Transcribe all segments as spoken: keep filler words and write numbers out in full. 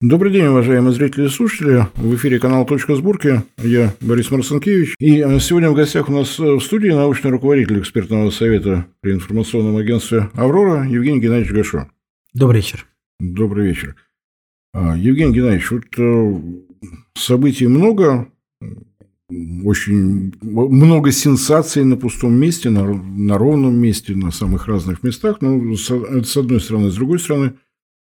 Добрый день, уважаемые зрители и слушатели. В эфире канал «Точка сборки». Я Борис Марцинкевич. И сегодня в гостях у нас в студии научный руководитель экспертного совета при информационном агентстве «Аврора» Евгений Геннадьевич Гашо. Добрый вечер. Добрый вечер. Евгений Геннадьевич, вот событий много, очень много сенсаций на пустом месте, на, на ровном месте, на самых разных местах. Ну, с, с одной стороны, с другой стороны,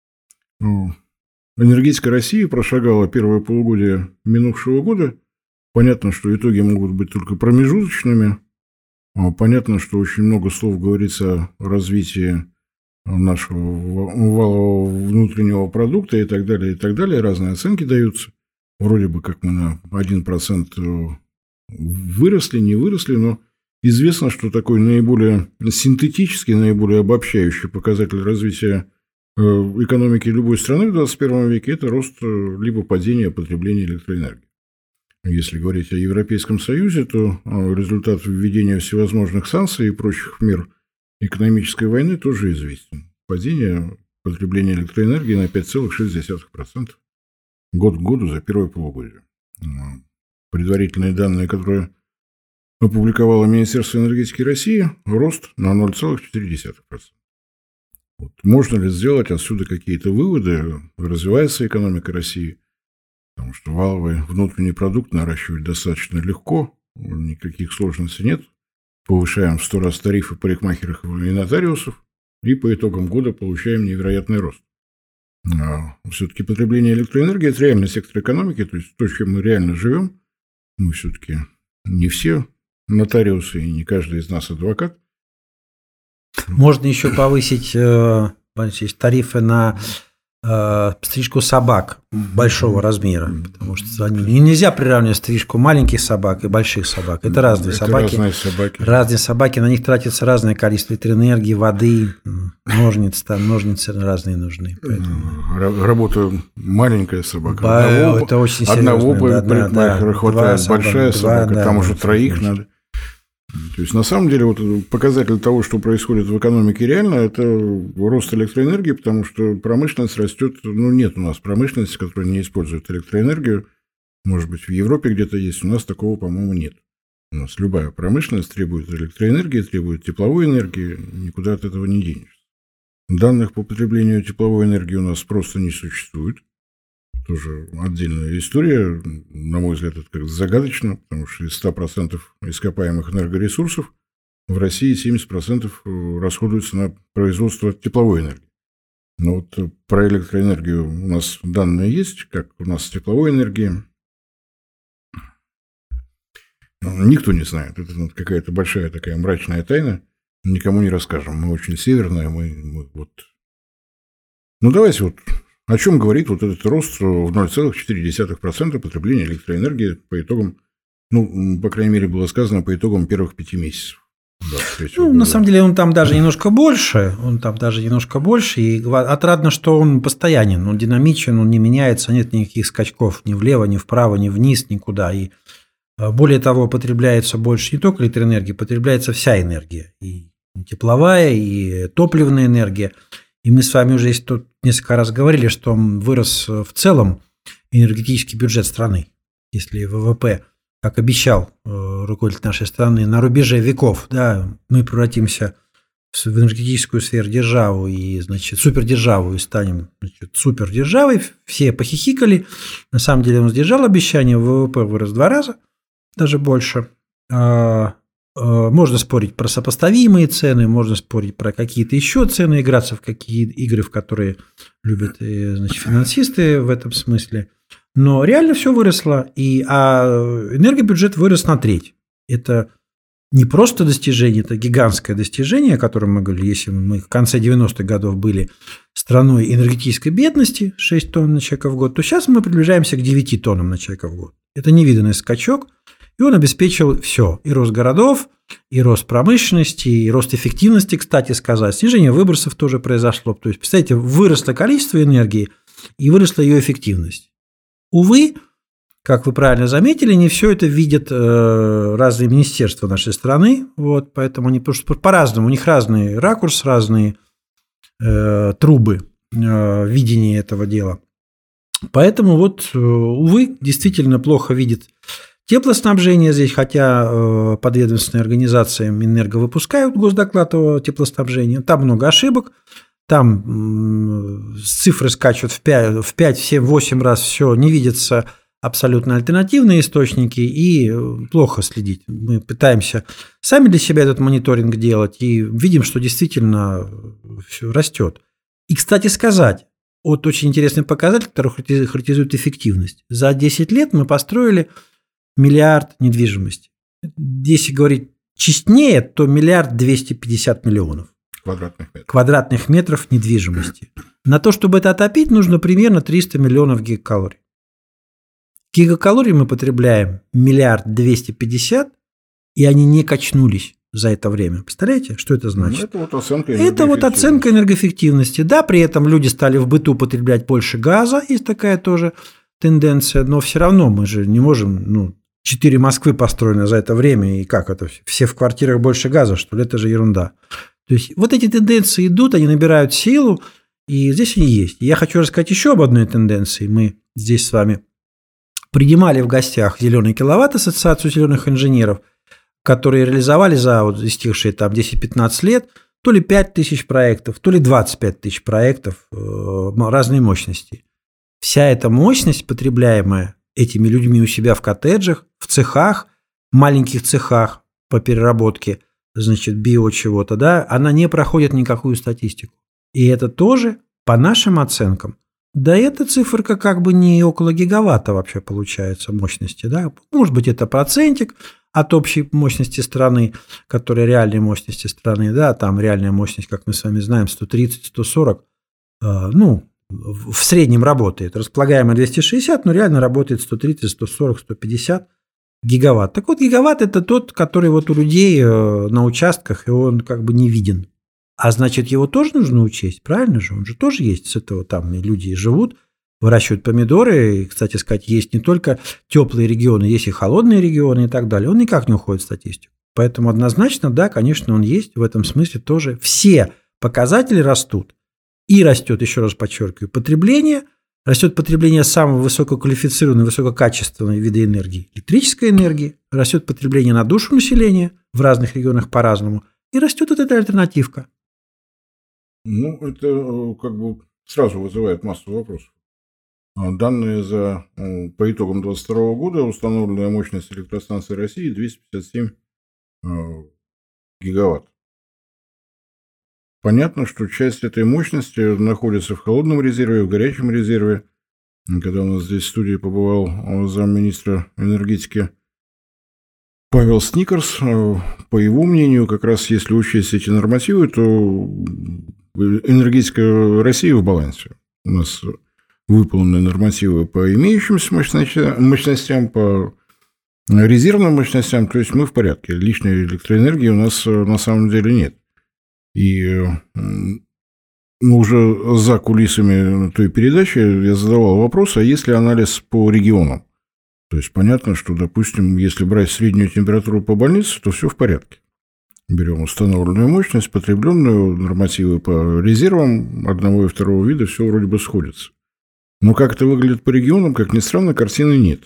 энергетика России прошагала первое полугодие минувшего года. Понятно, что итоги могут быть только промежуточными. Понятно, что очень много слов говорится о развитии нашего валового внутреннего продукта и так далее, и так далее. Разные оценки даются. Вроде бы как мы на один процент выросли, не выросли, но известно, что такой наиболее синтетический, наиболее обобщающий показатель развития экономики любой страны в двадцать первом веке – это рост либо падение потребления электроэнергии. Если говорить о Европейском Союзе, то результат введения всевозможных санкций и прочих мер экономической войны тоже известен. Падение потребления электроэнергии на пять целых шесть десятых процента год к году за первое полугодие. Предварительные данные, которые опубликовало Министерство энергетики России, рост на ноль целых четыре десятых процента. Вот. Можно ли сделать отсюда какие-то выводы? Развивается экономика России, потому что валовый внутренний продукт наращивать достаточно легко, никаких сложностей нет. Повышаем в сто раз тарифы парикмахеров и нотариусов, и по итогам года получаем невероятный рост. А все-таки потребление электроэнергии – это реальный сектор экономики, то есть то, чем мы реально живем. Мы все-таки не все нотариусы, и не каждый из нас адвокат. Можно еще повысить э, тарифы на э, стрижку собак большого размера, потому что они, нельзя приравнивать стрижку маленьких собак и больших собак. Это разные это собаки. Разные собаки. Разные собаки, на них тратится разное количество электроэнергии, воды, ножниц, там ножницы разные нужны. Поэтому... Работа маленькая собака. Ба- одного это очень одного серьезно. парикмахера да, хватает, два, большая два, собака, да, там да, уже да, троих конечно. надо. То есть, на самом деле, вот показатель того, что происходит в экономике реально, это рост электроэнергии, потому что промышленность растет. Ну, нет у нас промышленности, которая не использует электроэнергию. Может быть, в Европе где-то есть, у нас такого, по-моему, нет. У нас любая промышленность требует электроэнергии, требует тепловой энергии, никуда от этого не денешься. Данных по потреблению тепловой энергии у нас просто не существует. Тоже отдельная история, на мой взгляд, это как-то загадочно, потому что из ста процентов ископаемых энергоресурсов в России семьдесят процентов расходуется на производство тепловой энергии. Но вот про электроэнергию у нас данные есть, как у нас с тепловой энергией. Никто не знает, это какая-то большая такая мрачная тайна, никому не расскажем. Мы очень северные, мы, мы вот... Ну, давайте вот... О чем говорит вот этот рост в ноль целых четыре десятых процента потребления электроэнергии по итогам, ну, по крайней мере, было сказано, по итогам первых пяти месяцев. Ну, на самом деле он там даже немножко больше, он там даже немножко больше, и отрадно, что он постоянен, он динамичен, он не меняется, нет никаких скачков ни влево, ни вправо, ни вниз, никуда. И более того, потребляется больше не только электроэнергии, потребляется вся энергия, и тепловая, и топливная энергия. И мы с вами уже здесь тут несколько раз говорили, что вырос в целом энергетический бюджет страны. Если ВВП, как обещал руководитель нашей страны, на рубеже веков, да, мы превратимся в энергетическую сверхдержаву и, значит, супердержаву и станем, значит, супердержавой, все похихикали. На самом деле он сдержал обещание, ВВП вырос в два раза, даже больше. Можно спорить про сопоставимые цены, можно спорить про какие-то еще цены, играться в какие игры, в которые любят, значит, финансисты в этом смысле. Но реально все выросло, и, а энергобюджет вырос на треть. Это не просто достижение, это гигантское достижение, о котором мы говорили, если мы в конце девяностых годов были страной энергетической бедности, шесть тонн на человека в год, то сейчас мы приближаемся к девяти тоннам на человека в год. Это невиданный скачок. И он обеспечил все. И рост городов, и рост промышленности, и рост эффективности, кстати сказать. Снижение выбросов тоже произошло. То есть, представляете, выросло количество энергии, и выросла ее эффективность. Увы, как вы правильно заметили, не все это видят разные министерства нашей страны. Вот, поэтому они просто по-разному, у них разный ракурс, разные э, трубы э, видения этого дела. Поэтому вот, увы, действительно плохо видит теплоснабжение здесь, хотя подведомственные организации Минэнерго выпускают госдоклад о теплоснабжении. Там много ошибок, там цифры скачут в пять, в семь, в восемь раз, все, не видятся абсолютно альтернативные источники, и плохо следить. Мы пытаемся сами для себя этот мониторинг делать, и видим, что действительно все растет. И, кстати сказать, вот очень интересный показатель, который характеризует эффективность. За десять лет мы построили миллиард недвижимости. Если говорить честнее, то миллиард двести пятьдесят миллионов квадратных метров. квадратных метров недвижимости. На то, чтобы это отопить, нужно примерно триста миллионов гигакалорий. Гигакалорий мы потребляем миллиард двести пятьдесят, и они не качнулись за это время. Представляете, что это значит? Это вот оценка Это вот оценка энергоэффективности. Да, при этом люди стали в быту потреблять больше газа, есть такая тоже тенденция, но все равно мы же не можем, ну, четыре Москвы построены за это время, и как это? Все в квартирах больше газа, что ли? Это же ерунда. То есть вот эти тенденции идут, они набирают силу, и здесь они есть. Я хочу рассказать еще об одной тенденции. Мы здесь с вами принимали в гостях «Зеленый киловатт», Ассоциацию зеленых инженеров, которые реализовали за вот истекшие там десять-пятнадцать лет то ли пять тысяч проектов, то ли двадцать пять тысяч проектов разной мощности. Вся эта мощность, потребляемая этими людьми у себя в коттеджах, в цехах, маленьких цехах по переработке, значит, био чего-то, да, она не проходит никакую статистику. И это тоже, по нашим оценкам, да, эта циферка как бы не около гигаватта вообще получается мощности, да. Может быть, это процентик от общей мощности страны, которая реальной мощности страны, да, там реальная мощность, как мы с вами знаем, сто тридцать - сто сорок, э, ну, в среднем работает. Располагаемая двести шестьдесят, но реально работает сто тридцать, сто сорок, сто пятьдесят гигаватт. Так вот, гигаватт – это тот, который вот у людей на участках, и он как бы не виден. А значит, его тоже нужно учесть, правильно же? Он же тоже есть, с этого там и люди живут, выращивают помидоры. И, кстати сказать, есть не только теплые регионы, есть и холодные регионы и так далее. Он никак не уходит в статистику. Поэтому однозначно, да, конечно, он есть. В этом смысле тоже все показатели растут. И растет, еще раз подчеркиваю, потребление, растет потребление самого высококвалифицированной, высококачественной вида энергии, электрической энергии, растет потребление на душу населения в разных регионах по-разному, и растет вот эта альтернативка. Ну, это как бы сразу вызывает массу вопросов. Данные за, по итогам двадцать второго года установленная мощность электростанции России двести пятьдесят семь гигаватт. Понятно, что часть этой мощности находится в холодном резерве, в горячем резерве. Когда у нас здесь в студии побывал замминистра энергетики Павел Сникерс, по его мнению, как раз если учесть эти нормативы, то энергетика России в балансе. У нас выполнены нормативы по имеющимся мощностям, по резервным мощностям, то есть мы в порядке. Лишней электроэнергии у нас на самом деле нет. И ну, уже за кулисами той передачи я задавал вопрос, а есть ли анализ по регионам? То есть понятно, что, допустим, если брать среднюю температуру по больнице, то все в порядке. Берем установленную мощность, потребленную, нормативы по резервам одного и второго вида, все вроде бы сходится. Но как это выглядит по регионам, как ни странно, картины нет.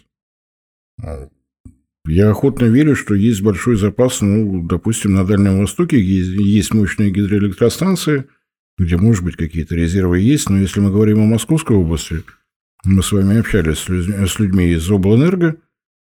Я охотно верю, что есть большой запас, ну, допустим, на Дальнем Востоке есть мощные гидроэлектростанции, где, может быть, какие-то резервы есть, но если мы говорим о Московской области, мы с вами общались с людьми из облэнерго,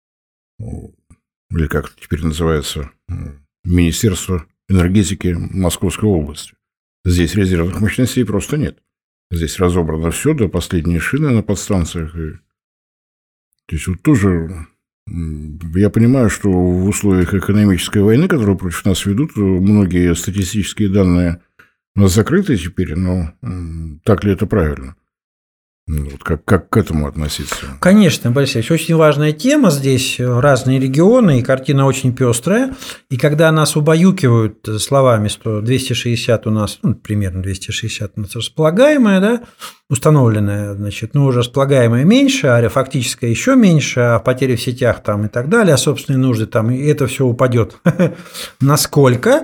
или как теперь называется, Министерство энергетики Московской области. Здесь резервных мощностей просто нет. Здесь разобрано все до последней шины на подстанциях. То есть вот тоже я понимаю, что в условиях экономической войны, которую против нас ведут, многие статистические данные у нас закрыты теперь, но так ли это правильно? Вот как, как к этому относиться? Конечно, Борис Ильич, очень важная тема. Здесь разные регионы, и картина очень пестрая. И когда нас убаюкивают словами, что двести шестьдесят у нас, ну, примерно двести шестьдесят у нас располагаемая, да, установленная, значит, ну, уже располагаемая меньше, а фактическая еще меньше, а потери в сетях там и так далее, а собственные нужды там, и это все упадет. Насколько?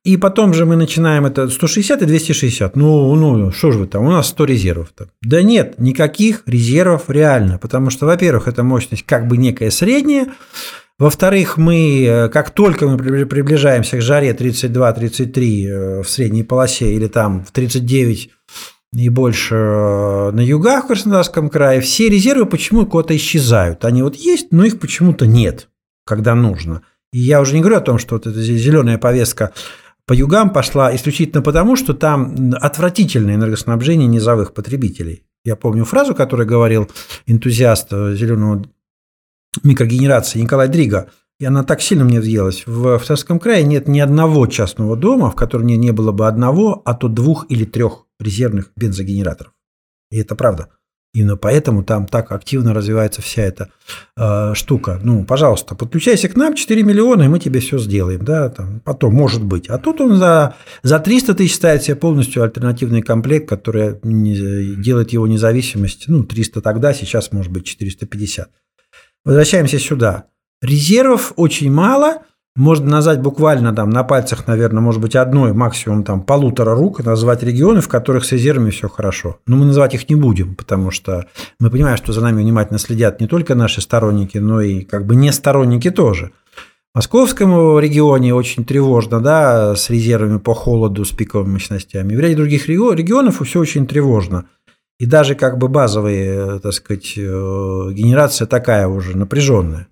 И потом же мы начинаем это сто шестьдесят и двести шестьдесят. Ну, ну, что же вы там, у нас сто резервов-то. Да нет, никаких резервов реально, потому что, во-первых, эта мощность как бы некая средняя, во-вторых, мы, как только мы приближаемся к жаре тридцать два тридцать три в средней полосе или там в тридцать девять и больше на югах в Краснодарском крае, все резервы почему-то куда-то исчезают. Они вот есть, но их почему-то нет, когда нужно. И я уже не говорю о том, что вот эта зеленая повестка по югам пошла исключительно потому, что там отвратительное энергоснабжение низовых потребителей. Я помню фразу, которую говорил энтузиаст зеленого микрогенерации Николай Дрига, и она так сильно мне въелась. В Краснодарском крае нет ни одного частного дома, в котором не, не было бы одного, а то двух или трех резервных бензогенераторов. И это правда. Именно поэтому там так активно развивается вся эта э, штука. Ну, пожалуйста, подключайся к нам, четыре миллиона, и мы тебе все сделаем. Да, там, потом, может быть. А тут он за, за триста тысяч ставит себе полностью альтернативный комплект, который делает его независимость. Ну, триста тогда, сейчас может быть четыреста пятьдесят. Возвращаемся сюда. Резервов очень мало. Можно назвать буквально там на пальцах, наверное, может быть, одной, максимум там полутора рук, и назвать регионы, в которых с резервами все хорошо. Но мы называть их не будем, потому что мы понимаем, что за нами внимательно следят не только наши сторонники, но и как бы не сторонники тоже. В Московском регионе очень тревожно, да, с резервами по холоду, с пиковыми мощностями. В ряде других регионов все очень тревожно. И даже как бы базовая, так сказать, генерация такая уже напряженная.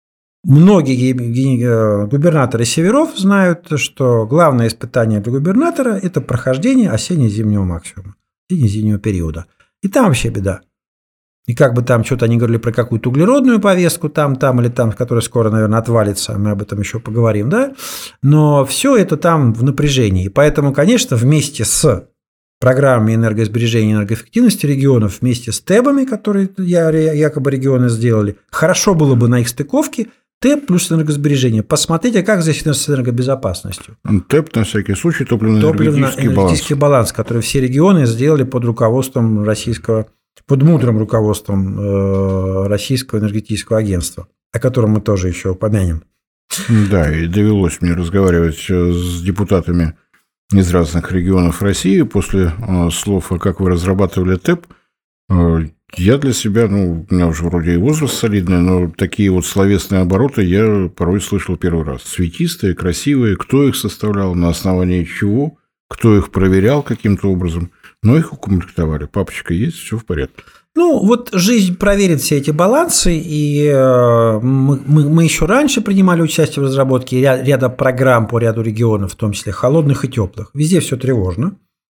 Многие губернаторы северов знают, что главное испытание для губернатора – это прохождение осенне-зимнего максимума, осенне-зимнего периода. И там вообще беда. И как бы там что-то они говорили про какую-то углеродную повестку, там, там или там, которая скоро, наверное, отвалится, мы об этом еще поговорим, да? Но все это там в напряжении. И поэтому, конечно, вместе с программами энергосбережения и энергоэффективности регионов, вместе с ТЭБами, которые якобы регионы сделали, хорошо было бы на их стыковке ТЭП плюс энергосбережение. Посмотрите, как здесь с энергобезопасностью. ТЭП, на всякий случай, топливно-энергетический баланс. Топливно-энергетический баланс, который все регионы сделали под руководством российского, под мудрым руководством Российского энергетического агентства, о котором мы тоже еще упомянем. Да, и довелось мне разговаривать с депутатами из разных регионов России после слов, как вы разрабатывали ТЭП. Я для себя, ну, у меня уже вроде и возраст солидный, но такие вот словесные обороты я порой слышал первый раз. Цветистые, красивые, кто их составлял, на основании чего, кто их проверял каким-то образом, но их укомплектовали. Папочка есть, все в порядке. Ну, вот жизнь проверит все эти балансы, и мы, мы, мы еще раньше принимали участие в разработке ряда, ряда программ по ряду регионов, в том числе холодных и теплых. Везде все тревожно.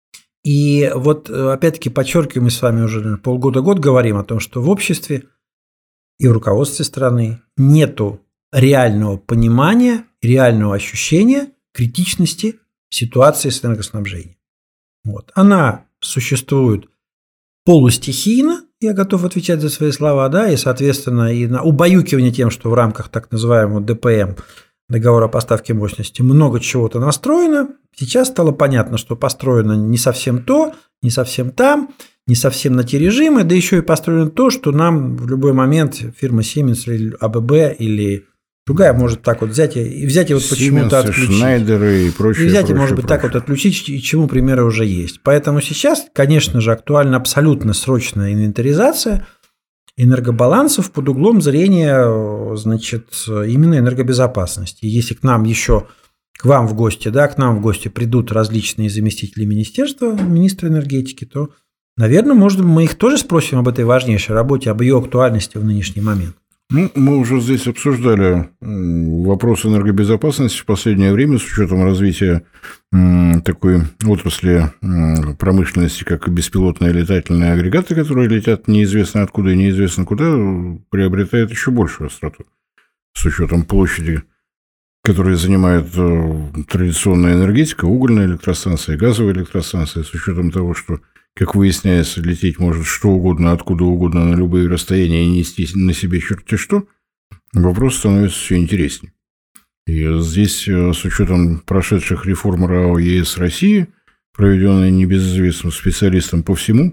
И вот, опять-таки, подчеркиваем, мы с вами уже полгода-год говорим о том, что в обществе и в руководстве страны нету реального понимания, реального ощущения критичности ситуации с энергоснабжением. Вот. Она существует полустихийно, я готов отвечать за свои слова, да, и, соответственно, и на убаюкивание тем, что в рамках так называемого ДПМ, договора о поставке мощности, много чего-то настроено. Сейчас стало понятно, что построено не совсем то, не совсем там, не совсем на те режимы, да еще и построено то, что нам в любой момент фирма Siemens или АББ или другая может так вот взять и взять и вот почему-то отключить. Шнайдеры и прочее. И взять прочее, и, может быть, прочее. так вот отключить, и чему примеры уже есть. Поэтому сейчас, конечно же, актуальна абсолютно срочная инвентаризация энергобалансов под углом зрения, значит, именно энергобезопасности. Если к нам еще, к вам в гости, да, к нам в гости придут различные заместители министерства, министра энергетики, то, наверное, может, мы их тоже спросим об этой важнейшей работе, об ее актуальности в нынешний момент. Ну, мы уже здесь обсуждали вопрос энергобезопасности в последнее время с учетом развития такой отрасли промышленности, как беспилотные летательные агрегаты, которые летят неизвестно откуда и неизвестно куда, приобретает еще большую остроту с учетом площади, которую занимает традиционная энергетика, угольная электростанция, газовая электростанция, с учетом того, что, как выясняется, лететь может что угодно, откуда угодно, на любые расстояния и нести на себе черти что, вопрос становится все интереснее. И здесь, с учетом прошедших реформ РАО ЕС России, проведенной небезызвестным специалистом по всему,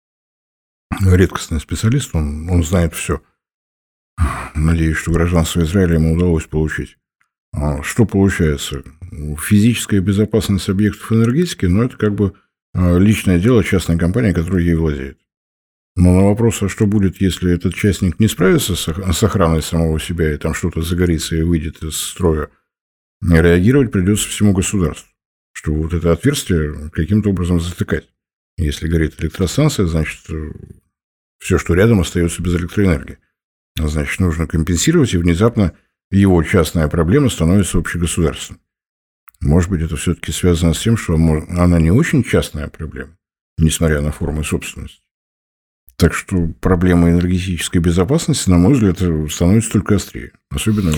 редкостный специалист, он, он знает все. Надеюсь, что гражданство Израиля ему удалось получить. Что получается? Физическая безопасность объектов энергетики, ну, это как бы личное дело частной компании, которая ей владеет. Но на вопрос, а что будет, если этот частник не справится с охраной самого себя, и там что-то загорится и выйдет из строя, реагировать придется всему государству, чтобы вот это отверстие каким-то образом затыкать. Если горит электростанция, значит, все, что рядом, остается без электроэнергии. Значит, нужно компенсировать, и внезапно его частная проблема становится общегосударственной. Может быть, это все-таки связано с тем, что она не очень частная проблема, несмотря на формы собственности. Так что проблема энергетической безопасности, на мой взгляд, становится только острее, особенно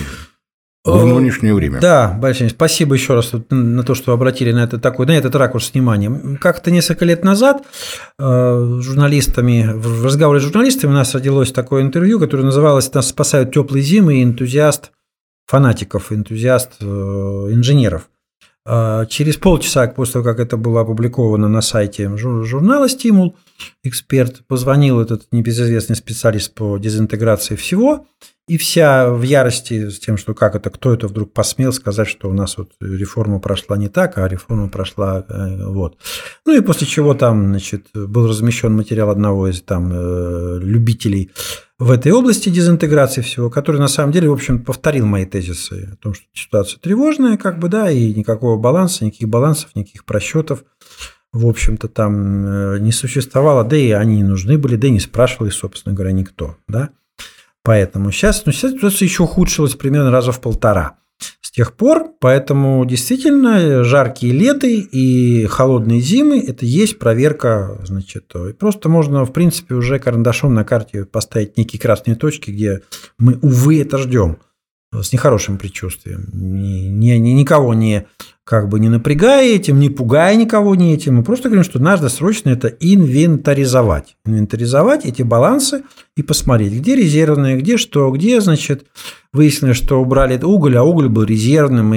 в нынешнее время. Да, Борис, спасибо еще раз на то, что обратили на, это такой, на этот ракурс внимания. Как-то несколько лет назад журналистами, в разговоре с журналистами у нас родилось такое интервью, которое называлось «Нас спасают теплые зимы» и энтузиаст фанатиков, энтузиаст инженеров. Через полчаса после того, как это было опубликовано на сайте журнала «Стимул», эксперт позвонил, этот небезызвестный специалист по дезинтеграции всего, и вся в ярости с тем, что как это, кто это вдруг посмел сказать, что у нас вот реформа прошла не так, а реформа прошла вот. Ну и после чего там, значит, был размещен материал одного из там любителей в этой области дезинтеграции всего, который на самом деле, в общем, повторил мои тезисы о том, что ситуация тревожная, как бы, да, и никакого баланса, никаких балансов, никаких просчетов, в общем-то, там не существовало, да и они не нужны были, да и не спрашивали, собственно говоря, никто, да. Поэтому сейчас, ну, сейчас ситуация еще ухудшилась примерно раза в полтора с тех пор, поэтому действительно жаркие леты и холодные зимы – это есть проверка, значит, и просто можно, в принципе, уже карандашом на карте поставить некие красные точки, где мы, увы, это ждем с нехорошим предчувствием, ни, ни, ни, никого не, как бы не напрягая этим, не пугая никого не этим, мы просто говорим, что надо срочно это инвентаризовать. Инвентаризовать эти балансы и посмотреть, где резервные, где что, где, значит, выяснилось, что убрали уголь, а уголь был резервным,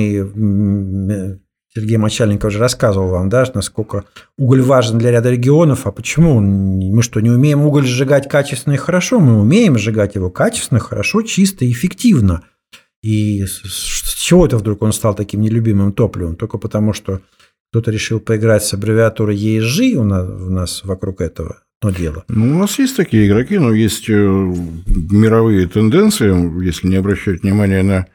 и Сергей Мочальников уже рассказывал вам, да, насколько уголь важен для ряда регионов, а почему? Мы что, не умеем уголь сжигать качественно и хорошо? Мы умеем сжигать его качественно, хорошо, чисто и эффективно. И с чего это вдруг он стал таким нелюбимым топливом? Только потому, что кто-то решил поиграть с аббревиатурой и эс джи у нас, у нас вокруг этого одно дело. Ну, у нас есть такие игроки, но есть мировые тенденции, если не обращать внимания на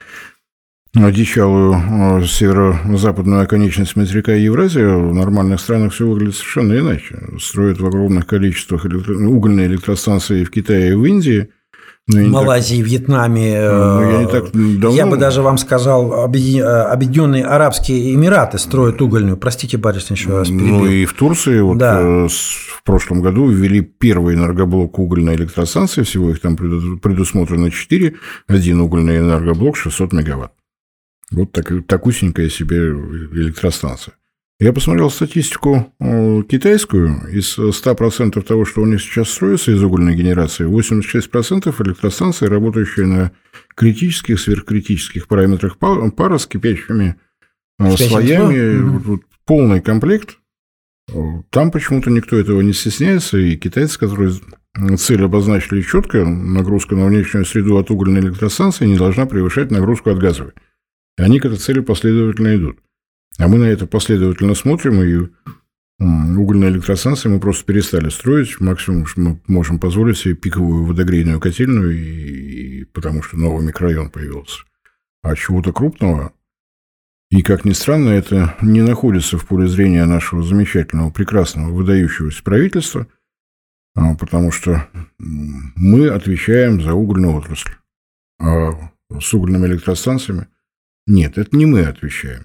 одичалую северо-западную оконечность материка Евразия, в нормальных странах все выглядит совершенно иначе. Строят в огромных количествах электро... угольные электростанции в Китае и в Индии. В Малайзии, так... Вьетнаме, ну, я, не так давно... я бы даже вам сказал, Объединенные Арабские Эмираты строят угольную. Простите, Борис, еще раз перебил. Ну и в Турции вот да. в прошлом году ввели первый энергоблок угольной электростанции, всего их там предусмотрено четыре, один угольный энергоблок шестьсот мегаватт. Вот так, такусенькая себе электростанция. Я посмотрел статистику китайскую. Из ста процентов того, что у них сейчас строится из угольной генерации, восемьдесят шесть процентов электростанций, работающие на критических, сверхкритических параметрах пара с кипящими слоями. Mm-hmm. Вот, полный комплект. Там почему-то никто этого не стесняется. И китайцы, которые цель обозначили четко, нагрузка на внешнюю среду от угольной электростанции не должна превышать нагрузку от газовой. И они к этой цели последовательно идут. А мы на это последовательно смотрим, и угольные электростанции мы просто перестали строить. Максимум, что мы можем позволить себе пиковую водогрейную котельную, и, и потому что новый микрорайон появился. А чего-то крупного, и, как ни странно, это не находится в поле зрения нашего замечательного, прекрасного, выдающегося правительства, потому что мы отвечаем за угольную отрасль. А с угольными электростанциями нет, это не мы отвечаем.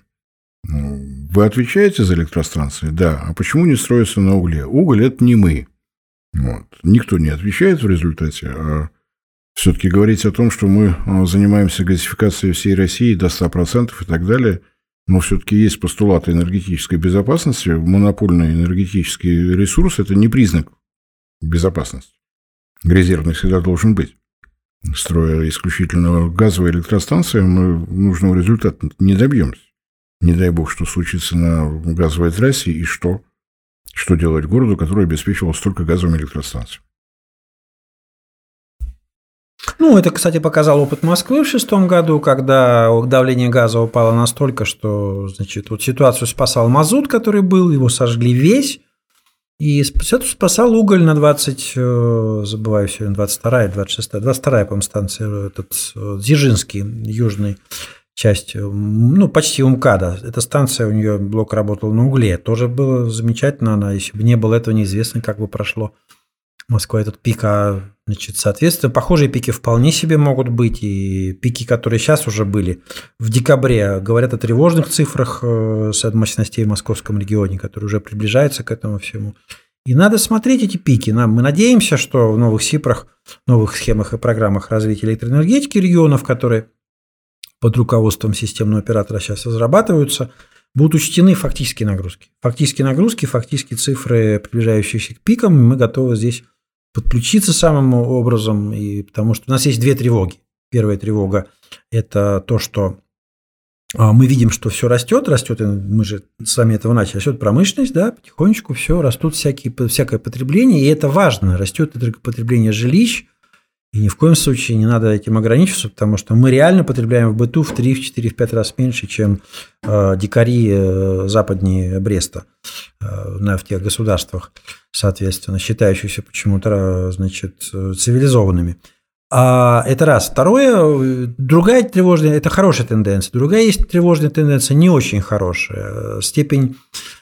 Вы отвечаете за электростанции? Да. А почему не строится на угле? Уголь – это не мы. Вот. Никто не отвечает в результате. А все-таки говорить о том, что мы занимаемся газификацией всей России до ста процентов и так далее, но все-таки есть постулаты энергетической безопасности. Монопольный энергетический ресурс – это не признак безопасности. Резервный всегда должен быть. Строя исключительно газовые электростанции, мы нужного результата не добьемся. Не дай бог, что случится на газовой трассе, и что? Что делать городу, который обеспечивал столько газовыми электростанциями? Ну, это, кстати, показал опыт Москвы в шестом году, когда давление газа упало настолько, что, значит, вот ситуацию спасал мазут, который был, его сожгли весь, и спасал уголь на двадцать, забываю сегодня, двадцать вторая, двадцать шестая, двадцать вторая, по-моему, станция, этот Дзержинский, южный часть, ну, почти УМКАДа. Эта станция, у нее блок работал на угле. Тоже было замечательно. Она, если бы не было этого, неизвестно, как бы прошло Москва этот пик. А, значит, соответственно, похожие пики вполне себе могут быть. И пики, которые сейчас уже были в декабре, говорят о тревожных цифрах с мощностей в московском регионе, которые уже приближаются к этому всему. И надо смотреть эти пики. Мы надеемся, что в новых СИПРах, новых схемах и программах развития электроэнергетики регионов, которые под руководством системного оператора сейчас разрабатываются, будут учтены фактические нагрузки. Фактические нагрузки, фактические цифры, приближающиеся к пикам, мы готовы здесь подключиться самым образом, и потому что у нас есть две тревоги. Первая тревога – это то, что мы видим, что все растет, растет, мы же с вами этого начали, растет промышленность, да, потихонечку все, растут всякие, всякое потребление, и это важно, растет потребление жилищ, и ни в коем случае не надо этим ограничиваться, потому что мы реально потребляем в быту в три, в четыре, в пять раз меньше, чем э, дикари э, западнее Бреста э, в тех государствах, соответственно, считающихся почему-то, значит, цивилизованными. А это раз. Второе, другая тревожная, это хорошая тенденция. Другая есть тревожная тенденция, не очень хорошая. Степень,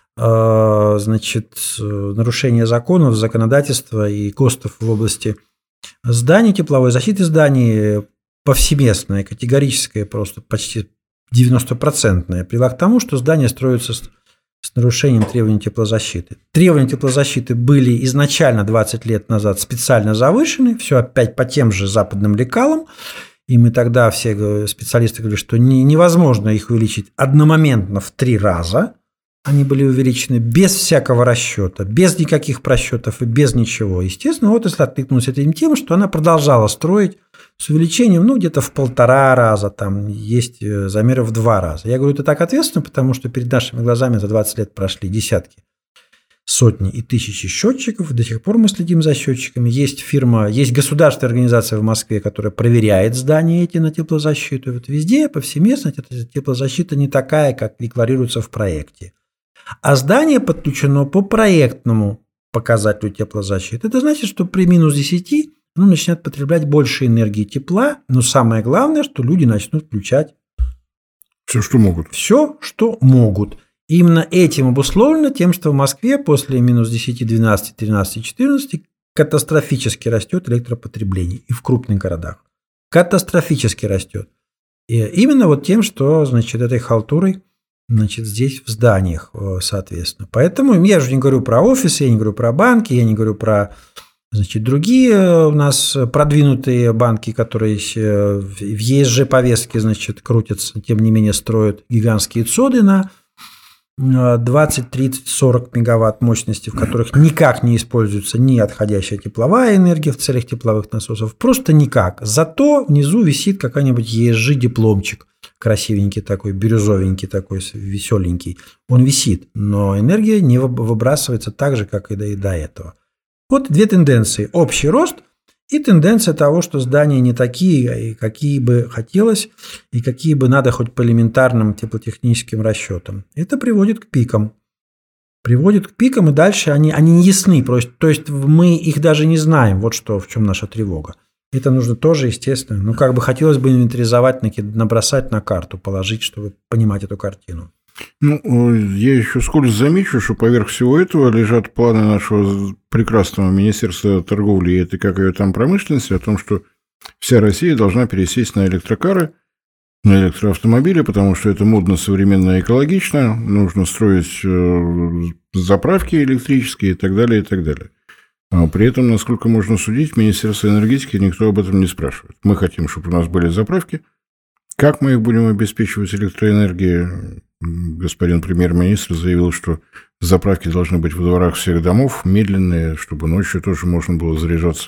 э, значит, нарушения законов, законодательства и костов в области зданий, тепловой защиты зданий повсеместная, категорическая, просто почти девяностопроцентная, привела к тому, что здания строятся с, с нарушением требований теплозащиты. Требования теплозащиты были изначально двадцать лет назад специально завышены, все опять по тем же западным лекалам, и мы тогда все специалисты говорили, что не, невозможно их увеличить одномоментно в три раза. Они были увеличены без всякого расчета, без никаких просчетов и без ничего. Естественно, отрасль откликнулась этим тем, что она продолжала строить с увеличением, ну, где-то в полтора раза, там есть замеры в два раза. Я говорю это так ответственно, потому что перед нашими глазами за двадцать лет прошли десятки, сотни и тысячи счетчиков, и до сих пор мы следим за счетчиками. Есть фирма, есть государственная организация в Москве, которая проверяет здания эти на теплозащиту. И вот везде, повсеместно, эта теплозащита не такая, как декларируется в проекте. А здание подключено по проектному показателю теплозащиты. Это значит, что при минус десяти оно начинает потреблять больше энергии тепла, но самое главное, что люди начнут включать все, что могут. Все, что могут. И именно этим обусловлено тем, что в Москве после минус десяти, двенадцати, тринадцати, четырнадцати катастрофически растет электропотребление и в крупных городах. Катастрофически растет. И именно вот тем, что, значит, этой халтурой, значит, здесь в зданиях, соответственно. Поэтому я же не говорю про офисы, я не говорю про банки, я не говорю про, значит, другие у нас продвинутые банки, которые в и эс джи-повестке, значит, крутятся, тем не менее строят гигантские цоды на двадцать, тридцать, сорок мегаватт мощности, в которых никак не используется ни отходящая тепловая энергия в целях тепловых насосов, просто никак. Зато внизу висит какой-нибудь и эс джи-дипломчик, красивенький такой, бирюзовенький такой, веселенький. Он висит, но энергия не выбрасывается так же, как и до, и до этого. Вот две тенденции. Общий рост и тенденция того, что здания не такие, какие бы хотелось, и какие бы надо хоть по элементарным теплотехническим расчетам. Это приводит к пикам. Приводит к пикам, и дальше они, они не ясны. То есть мы их даже не знаем. Вот что, в чем наша тревога. Это нужно тоже, естественно. Ну, как бы хотелось бы инвентаризовать, набросать на карту, положить, чтобы понимать эту картину. Ну, я еще скользь замечу, что поверх всего этого лежат планы нашего прекрасного Министерства торговли и это как ее там промышленности о том, что вся Россия должна пересесть на электрокары, на электроавтомобили, потому что это модно, современно, экологично, нужно строить заправки электрические и так далее, и так далее. А при этом, насколько можно судить, в Министерстве энергетики никто об этом не спрашивает. Мы хотим, чтобы у нас были заправки. Как мы их будем обеспечивать электроэнергией? Господин премьер-министр заявил, что заправки должны быть во дворах всех домов, медленные, чтобы ночью тоже можно было заряжаться.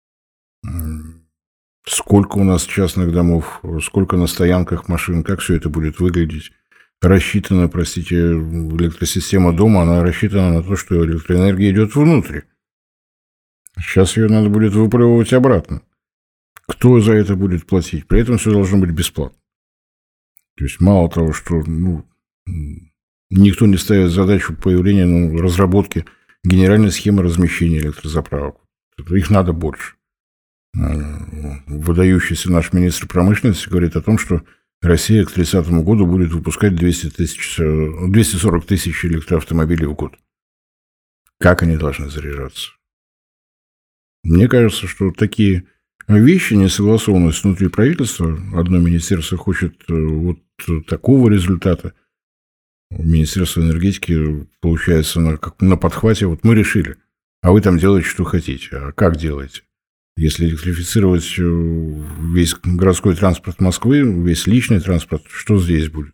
Сколько у нас частных домов, сколько на стоянках машин, как все это будет выглядеть? Рассчитана, простите, электросистема дома, она рассчитана на то, что электроэнергия идет внутрь. Сейчас ее надо будет выплевывать обратно. Кто за это будет платить? При этом все должно быть бесплатно. То есть мало того, что ну, никто не ставит задачу появления, ну, разработки генеральной схемы размещения электрозаправок. Их надо больше. Выдающийся наш министр промышленности говорит о том, что Россия к тридцатому году будет выпускать двести тысяч, двести сорок тысяч электроавтомобилей в год. Как они должны заряжаться? Мне кажется, что такие вещи, не согласованность внутри правительства, одно министерство хочет вот такого результата, Министерство энергетики получается на, как на подхвате, вот мы решили, а вы там делаете, что хотите. А как делаете? Если электрифицировать весь городской транспорт Москвы, весь личный транспорт, что здесь будет?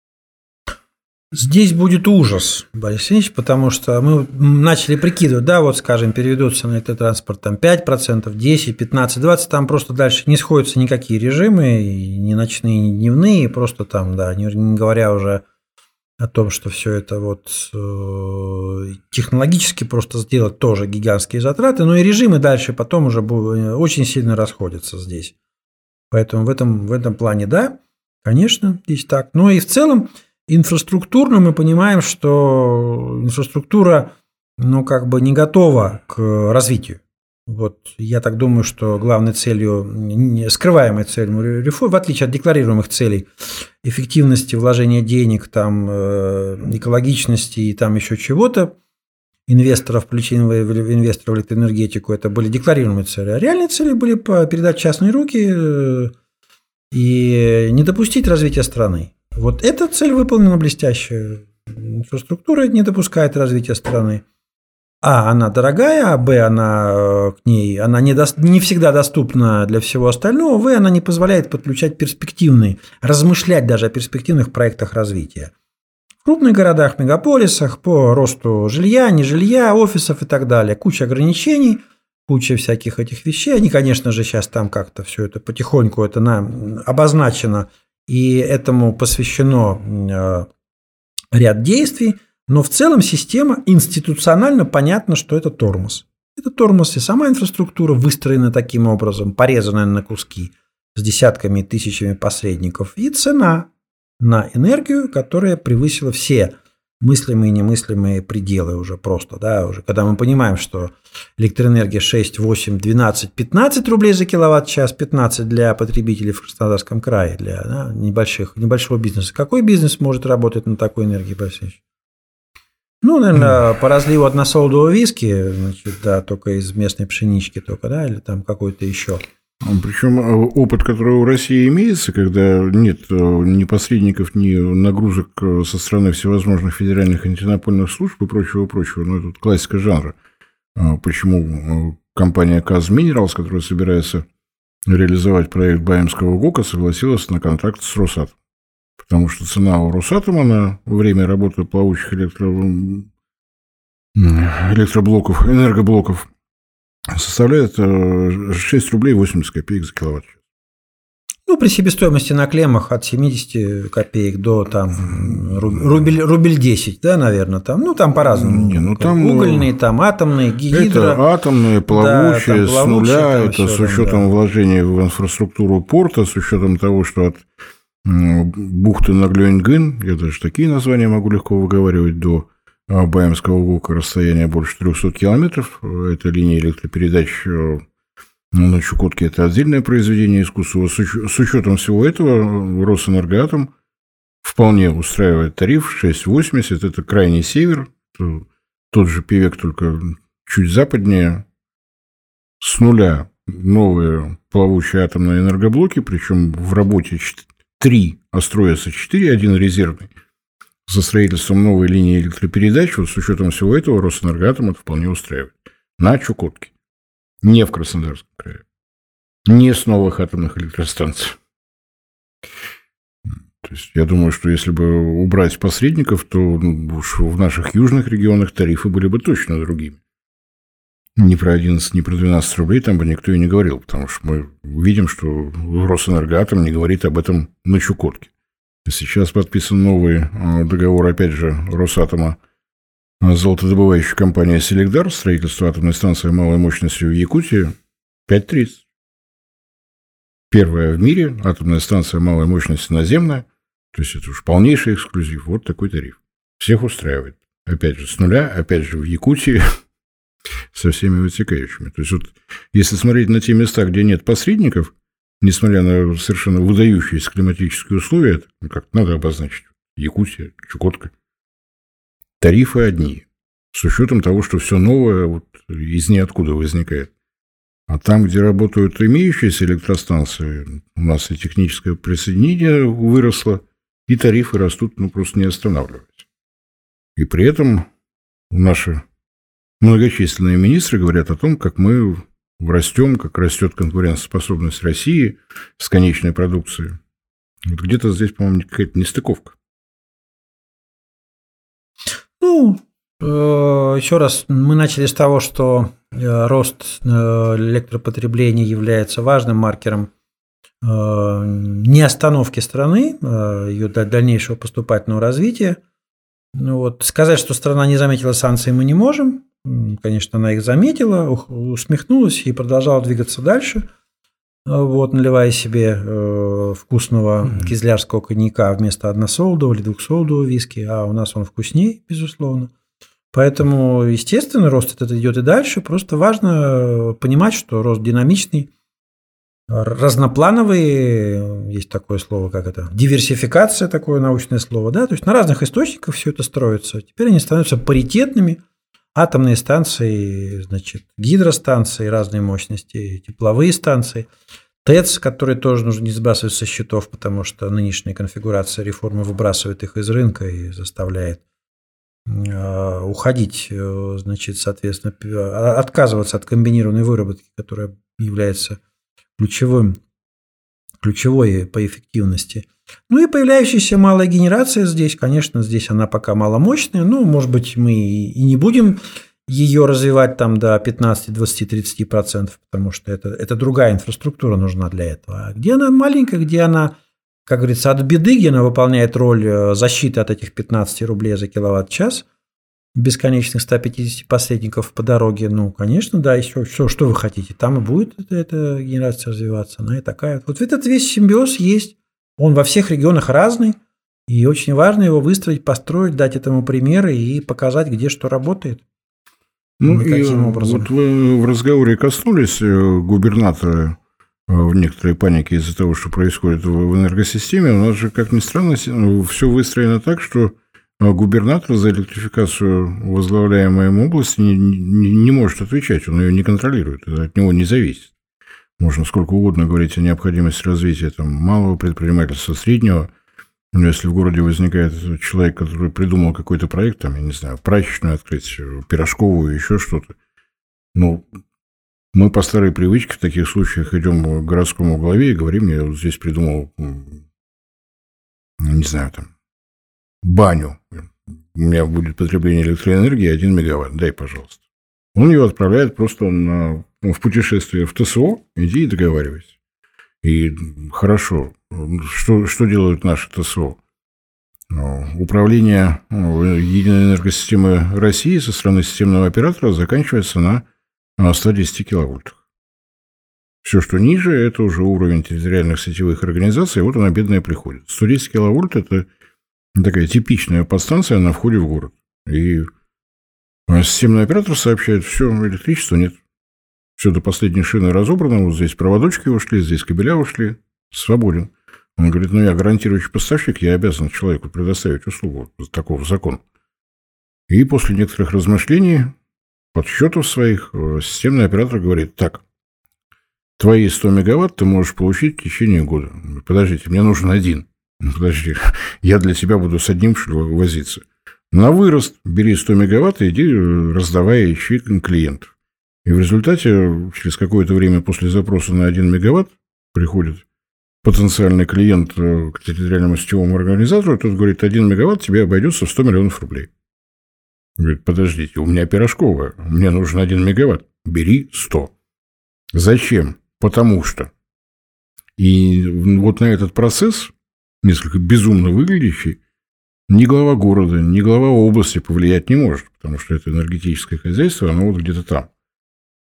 Здесь будет ужас, Борис Ильич, потому что мы начали прикидывать, да, вот, скажем, переведутся на этот транспорт там пять процентов, десять, пятнадцать, двадцать, там просто дальше не сходятся никакие режимы, ни ночные, ни дневные, просто там, да, не, не говоря уже о том, что все это вот технологически просто сделать тоже гигантские затраты, но и режимы дальше потом уже очень сильно расходятся здесь. Поэтому в этом, в этом плане, да, конечно, здесь так. Но и в целом инфраструктурно мы понимаем, что инфраструктура, ну, как бы не готова к развитию. Вот я так думаю, что главной целью, скрываемой целью реформы, в отличие от декларируемых целей, эффективности вложения денег, там, экологичности и там еще чего-то, инвесторов, включения инвесторов в электроэнергетику, это были декларируемые цели. А реальные цели были передать в частные руки и не допустить развития страны. Вот эта цель выполнена блестяще. Инфраструктура не допускает развития страны. А, она дорогая, а б, она к ней, она не, до, не всегда доступна для всего остального, в, она не позволяет подключать перспективные, размышлять даже о перспективных проектах развития. В крупных городах, мегаполисах по росту жилья, нежилья, офисов и так далее, куча ограничений, куча всяких этих вещей. Они, конечно же, сейчас там как-то все это потихоньку это на, обозначено, и этому посвящено ряд действий. Но в целом система институционально понятно, что это тормоз. Это тормоз, и сама инфраструктура выстроена таким образом, порезанная на куски с десятками и тысячами посредников. И цена на энергию, которая превысила все мыслимые и немыслимые пределы уже просто. Да, уже, когда мы понимаем, что электроэнергия шесть, восемь, двенадцать, пятнадцать рублей за киловатт-час, пятнадцать для потребителей в Краснодарском крае, для да, небольших, небольшого бизнеса. Какой бизнес может работать на такой энергии, Борис Ильич? Ну, наверное, по разливу односолодового виски, значит, да, только из местной пшенички только, да, или там какой-то еще. Причем опыт, который у России имеется, когда нет ни посредников, ни нагрузок со стороны всевозможных федеральных антимонопольных служб и прочего-прочего, ну, это классика жанра. Почему компания «Казминералс», которая собирается реализовать проект Баимского ГОКа, согласилась на контракт с Росатомом. Потому что цена у Росатома на время работы плавучих электро... электроблоков, энергоблоков составляет шесть рублей восемьдесят копеек за киловатт. Ну, при себестоимости на клеммах от семидесяти копеек до там рубль, рубль десять, да, наверное, там, ну, там по-разному. Не, ну, там угольные, там атомные, гидро. Это атомные, плавучие, да, с нуля, там это все, с учетом да. вложений в инфраструктуру порта, с учетом того, что от бухты Наглёнь-Гын, я даже такие названия могу легко выговаривать, до Баимского ГОКа расстояние больше трехсот километров. Это линия электропередач на Чукотке, это отдельное произведение искусства. С учетом всего этого Росэнергоатом вполне устраивает тариф шесть восемьдесят, это крайний север, тот же Певек, только чуть западнее, с нуля новые плавучие атомные энергоблоки, причем в работе три, а строятся четыре, один резервный, за строительством новой линии электропередач. Вот с учетом всего этого Росэнергоатом это вполне устраивает. На Чукотке. Не в Краснодарском крае. Не с новых атомных электростанций. То есть, я думаю, что если бы убрать посредников, то уж в наших южных регионах тарифы были бы точно другими. Ни про одиннадцать, ни про двенадцать рублей там бы никто и не говорил, потому что мы видим, что Росэнергоатом не говорит об этом на Чукотке. Сейчас подписан новый договор, опять же, Росатома с золотодобывающей компанией «Селекдар», строительство атомной станции малой мощности в Якутии, пять тридцать. первая в мире атомная станция малой мощности наземная, то есть это уж полнейший эксклюзив, вот такой тариф. Всех устраивает. Опять же, с нуля, опять же, в Якутии, со всеми вытекающими. То есть вот если смотреть на те места, где нет посредников, несмотря на совершенно выдающиеся климатические условия, это, ну, как надо обозначить, Якутия, Чукотка, тарифы одни, с учетом того, что все новое вот из ниоткуда возникает. А там, где работают имеющиеся электростанции, у нас и техническое присоединение выросло, и тарифы растут, ну, просто не останавливаются. И при этом наши многочисленные министры говорят о том, как мы растем, как растет конкурентоспособность России с конечной продукцией. Вот где-то здесь, по-моему, какая-то нестыковка. Ну, еще раз, мы начали с того, что рост электропотребления является важным маркером не остановки страны, ее дальнейшего поступательного развития. Ну, вот. Сказать, что страна не заметила санкции, мы не можем. Конечно, она их заметила, усмехнулась и продолжала двигаться дальше, вот, наливая себе вкусного кизлярского коньяка вместо односолодового или двухсолодового виски, а у нас он вкуснее, безусловно. Поэтому, естественно, рост этот идет и дальше. Просто важно понимать, что рост динамичный, разноплановый, есть такое слово, как это, диверсификация, такое научное слово, да, то есть на разных источниках все это строится. Теперь они становятся паритетными. Атомные станции, значит, гидростанции разной мощности, тепловые станции, ТЭЦ, которые тоже нужно не сбрасывать со счетов, потому что нынешняя конфигурация реформы выбрасывает их из рынка и заставляет уходить, значит, соответственно, отказываться от комбинированной выработки, которая является ключевым, ключевой по эффективности. Ну и появляющаяся малая генерация здесь, конечно, здесь она пока маломощная, но, может быть, мы и не будем ее развивать там до пятнадцать, двадцать, тридцать процентов, потому что это, это другая инфраструктура нужна для этого. А где она маленькая, где она, как говорится, от беды, где она выполняет роль защиты от этих пятнадцати рублей за киловатт-час, бесконечных ста пятидесяти посредников по дороге, ну, конечно, да, еще все, что вы хотите, там и будет эта, эта генерация развиваться, она и такая. Вот этот весь симбиоз есть, он во всех регионах разный, и очень важно его выстроить, построить, дать этому примеры и показать, где что работает. Ну, и образом. Вот вы в разговоре коснулись губернатора в некоторой панике из-за того, что происходит в энергосистеме. У нас же, как ни странно, все выстроено так, что губернатор за электрификацию возглавляемой им области не, не, не может отвечать, он ее не контролирует, это от него не зависит. Можно сколько угодно говорить о необходимости развития там, малого предпринимательства, среднего. Но если в городе возникает человек, который придумал какой-то проект, там, я не знаю, прачечную открыть, пирожковую, еще что-то, ну, мы по старой привычке в таких случаях идем к городскому главе и говорим, я вот здесь придумал, не знаю, там, баню. У меня будет потребление электроэнергии один мегаватт, дай, пожалуйста. Он ее отправляет просто на, в путешествие в ТСО, иди и договаривайся. И хорошо, что, что делают наши ТСО? Управление единой энергосистемы России со стороны системного оператора заканчивается на ста десяти киловольтах. Все, что ниже, это уже уровень территориальных сетевых организаций, вот она, бедная, приходит. сто десять киловольт – это такая типичная подстанция на входе в город. И системный оператор сообщает, все, электричества нет. Все до последней шины разобрано, вот здесь проводочки ушли, здесь кабеля ушли, свободен. Он говорит, ну я гарантирующий поставщик, я обязан человеку предоставить услугу, такого закона. И после некоторых размышлений, подсчетов своих, системный оператор говорит, так, твои сто мегаватт ты можешь получить в течение года. Подождите, мне нужен один. Подожди, я для тебя буду с одним что ли возиться. На вырост бери сто мегаватт и иди раздавай, ищи клиентов. И в результате, через какое-то время после запроса на один мегаватт приходит потенциальный клиент к территориальному сетевому организатору, тот говорит, один мегаватт тебе обойдется в сто миллионов рублей. Говорит, подождите, у меня пирожковая, мне нужен один мегаватт, бери сто. Зачем? Потому что. И вот на этот процесс, несколько безумно выглядящий, ни глава города, ни глава области повлиять не может, потому что это энергетическое хозяйство, оно вот где-то там.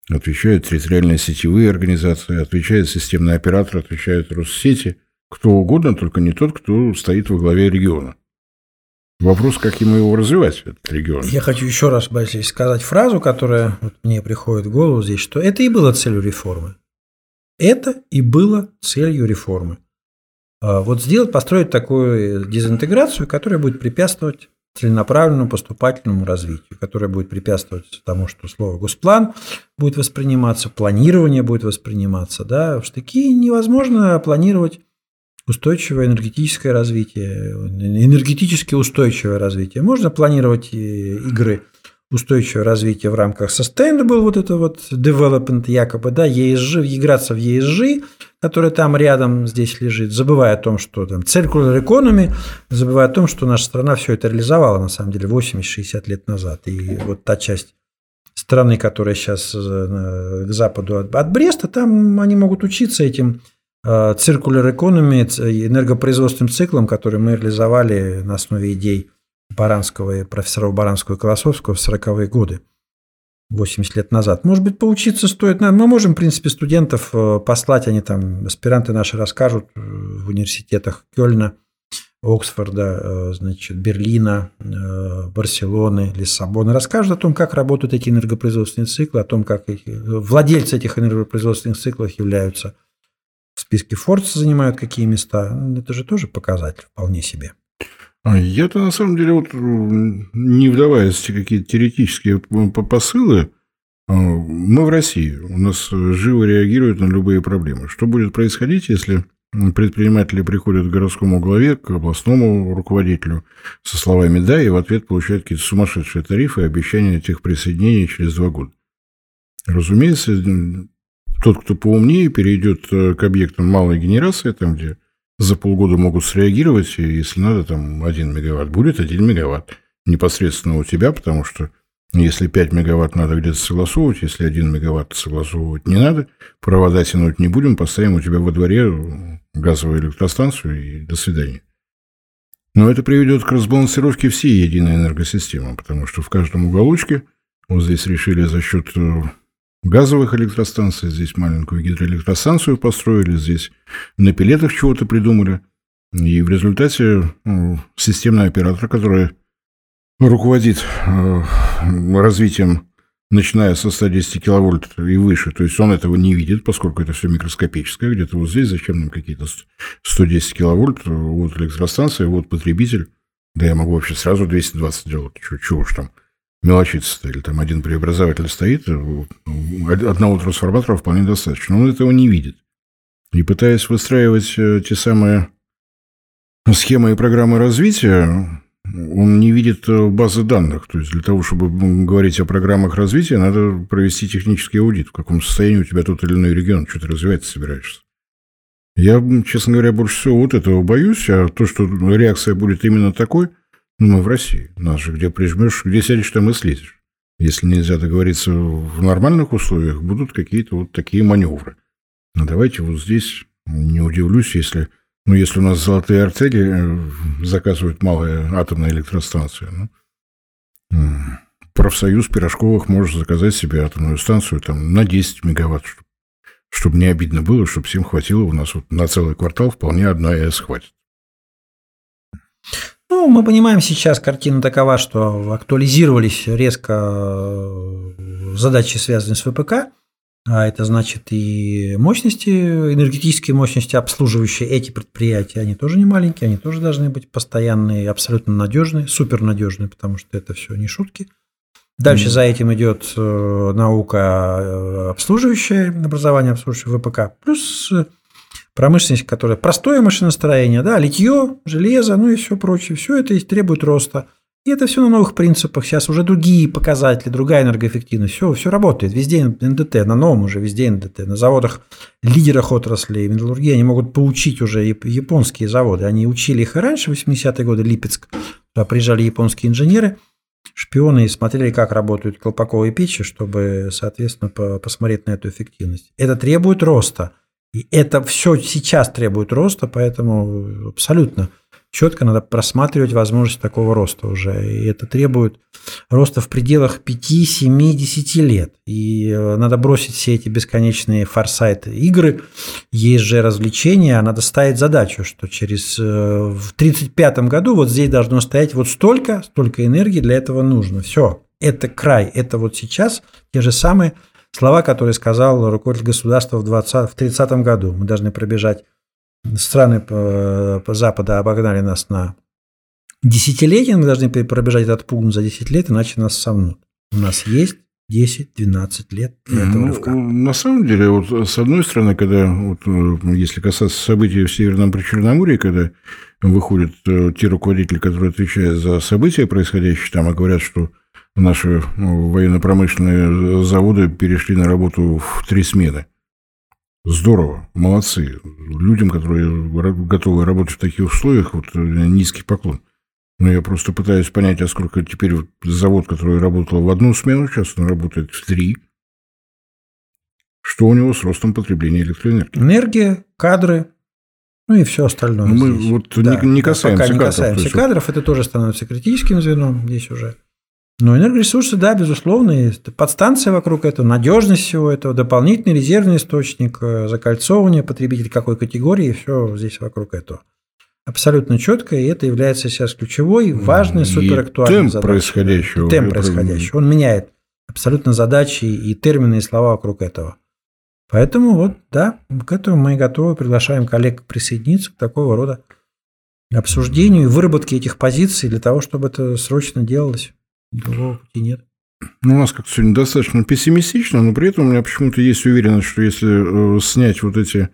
отвечают территориальные сетевые организации, отвечает системный оператор, отвечают Россети, кто угодно, только не тот, кто стоит во главе региона. Вопрос, как ему его развивать, этот регион. Я хочу еще раз, Борис, сказать фразу, которая вот мне приходит в голову здесь, что это и было целью реформы. Это и было целью реформы. Вот сделать, построить такую дезинтеграцию, которая будет препятствовать целенаправленному поступательному развитию, которое будет препятствовать тому, что слово «госплан» будет восприниматься, планирование будет восприниматься. Да? В штыки невозможно планировать устойчивое энергетическое развитие, энергетически устойчивое развитие. Можно планировать игры устойчивое развитие в рамках sustainable, вот это вот development якобы, да, и эс джи, играться в и эс джи, который там рядом здесь лежит, забывая о том, что там circular economy, забывая о том, что наша страна все это реализовала на самом деле восемьдесят-шестьдесят лет назад. И вот та часть страны, которая сейчас к западу от Бреста, там они могут учиться этим circular economy, энергопроизводственным циклом, который мы реализовали на основе идей Баранского и профессоров Баранского и Колосовского в сороковые годы, восемьдесят лет назад. Может быть, поучиться стоит. Мы можем, в принципе, студентов послать, они там, аспиранты наши расскажут в университетах Кёльна, Оксфорда, значит, Берлина, Барселоны, Лиссабона, расскажут о том, как работают эти энергопроизводственные циклы, о том, как их, владельцы этих энергопроизводственных циклов являются в списке Forbes, занимают какие места. Это же тоже показатель вполне себе. Я-то, на самом деле, вот, не вдаваясь в какие-то теоретические посылы, мы в России, у нас живо реагируют на любые проблемы. Что будет происходить, если предприниматели приходят к городскому главе, к областному руководителю со словами «да», и в ответ получают какие-то сумасшедшие тарифы и обещания тех присоединений через два года? Разумеется, тот, кто поумнее, перейдет к объектам малой генерации, там, где за полгода могут среагировать, и если надо, там один мегаватт будет, один мегаватт непосредственно у тебя, потому что если пять мегаватт надо где-то согласовывать, если один мегаватт согласовывать не надо, провода тянуть не будем, поставим у тебя во дворе газовую электростанцию и до свидания. Но это приведет к разбалансировке всей единой энергосистемы, потому что в каждом уголочке, вот здесь решили за счет газовых электростанций, здесь маленькую гидроэлектростанцию построили, здесь на пеллетах чего-то придумали. И в результате системный оператор, который руководит развитием, начиная со ста десяти киловольт и выше, то есть он этого не видит, поскольку это все микроскопическое, где-то вот здесь зачем нам какие-то сто десять киловольт, вот электростанция, вот потребитель, да я могу вообще сразу двести двадцать делать, чего уж там мелочиться-то, или там один преобразователь стоит, одного трансформатора вполне достаточно. Он этого не видит. И пытаясь выстраивать те самые схемы и программы развития, он не видит базы данных. То есть для того, чтобы говорить о программах развития, надо провести технический аудит. В каком состоянии у тебя тот или иной регион, что ты развивать собираешься. Я, честно говоря, больше всего вот этого боюсь, а то, что реакция будет именно такой, ну, мы в России. Нас же где прижмешь, где сядешь, там и слезешь. Если нельзя договориться в нормальных условиях, будут какие-то вот такие маневры. Но давайте вот здесь, не удивлюсь, если, ну, если у нас золотые артели заказывают малые атомные электростанции. Ну, профсоюз Пирожковых может заказать себе атомную станцию там, на десять мегаватт, чтобы, чтобы не обидно было, чтобы всем хватило. У нас вот на целый квартал вполне одна АЭС хватит. Ну, мы понимаем сейчас, картина такова, что актуализировались резко задачи, связанные с вэ пэ ка, а это значит и мощности, энергетические мощности, обслуживающие эти предприятия, они тоже не маленькие, они тоже должны быть постоянные, абсолютно надежные, супернадежные, потому что это все не шутки. Дальше mm-hmm. за этим идет наука обслуживающая, образование обслуживающее вэ пэ ка, плюс промышленность, которая простое машиностроение, да, литье, железо, ну и все прочее, все это требует роста. И это все на новых принципах. Сейчас уже другие показатели, другая энергоэффективность. Все, все работает. Везде эн дэ тэ, на новом уже везде эн дэ тэ. На заводах, лидерах отрасли металлургии они могут поучить уже японские заводы. Они учили их и раньше, в восьмидесятые годы, Липецк. Туда приезжали японские инженеры, шпионы, и смотрели, как работают колпаковые печи, чтобы, соответственно, посмотреть на эту эффективность. Это требует роста. И это все сейчас требует роста, поэтому абсолютно четко надо просматривать возможность такого роста уже. И это требует роста в пределах пяти, семи, десяти лет. И надо бросить все эти бесконечные форсайты игры. Есть же развлечения, а надо ставить задачу, что через в тридцать пятом году вот здесь должно стоять вот столько, столько энергии для этого нужно. Все, это край, это вот сейчас те же самые слова, которые сказал руководитель государства в тридцатом году. Мы должны пробежать. Страны по, по Запада обогнали нас на десятилетия, мы должны пробежать этот пункт за десять лет, иначе нас сомнут. У нас есть десять-двенадцать лет для этого ну, рывка. На самом деле, вот с одной стороны, когда, вот, если касаться событий в Северном Причерноморье, когда выходят те руководители, которые отвечают за события, происходящие там, и говорят, что наши военно-промышленные заводы перешли на работу в три смены. Здорово, молодцы. Людям, которые готовы работать в таких условиях, вот низкий поклон. Но я просто пытаюсь понять, а сколько теперь вот завод, который работал в одну смену, сейчас он работает в три. Что у него с ростом потребления электроэнергии? Энергия, кадры, ну и все остальное. Мы здесь. вот да, не, не касаемся пока не кадров. касаемся кадров, это тоже становится критическим звеном здесь уже. Но энергоресурсы, да, безусловно, есть подстанция вокруг этого, надежность всего этого, дополнительный резервный источник, закольцовывание потребителей какой категории, все здесь вокруг этого. Абсолютно четко, и это является сейчас ключевой, важной, суперактуальной темп задачей. Происходящего. И темп происходящего. Он меняет абсолютно задачи и термины, и слова вокруг этого. Поэтому вот, да, к этому мы готовы, приглашаем коллег присоединиться к такого рода обсуждению и выработке этих позиций для того, чтобы это срочно делалось. Другого пути нет. Ну, у нас как-то сегодня достаточно пессимистично, но при этом у меня почему-то есть уверенность, что если снять вот эти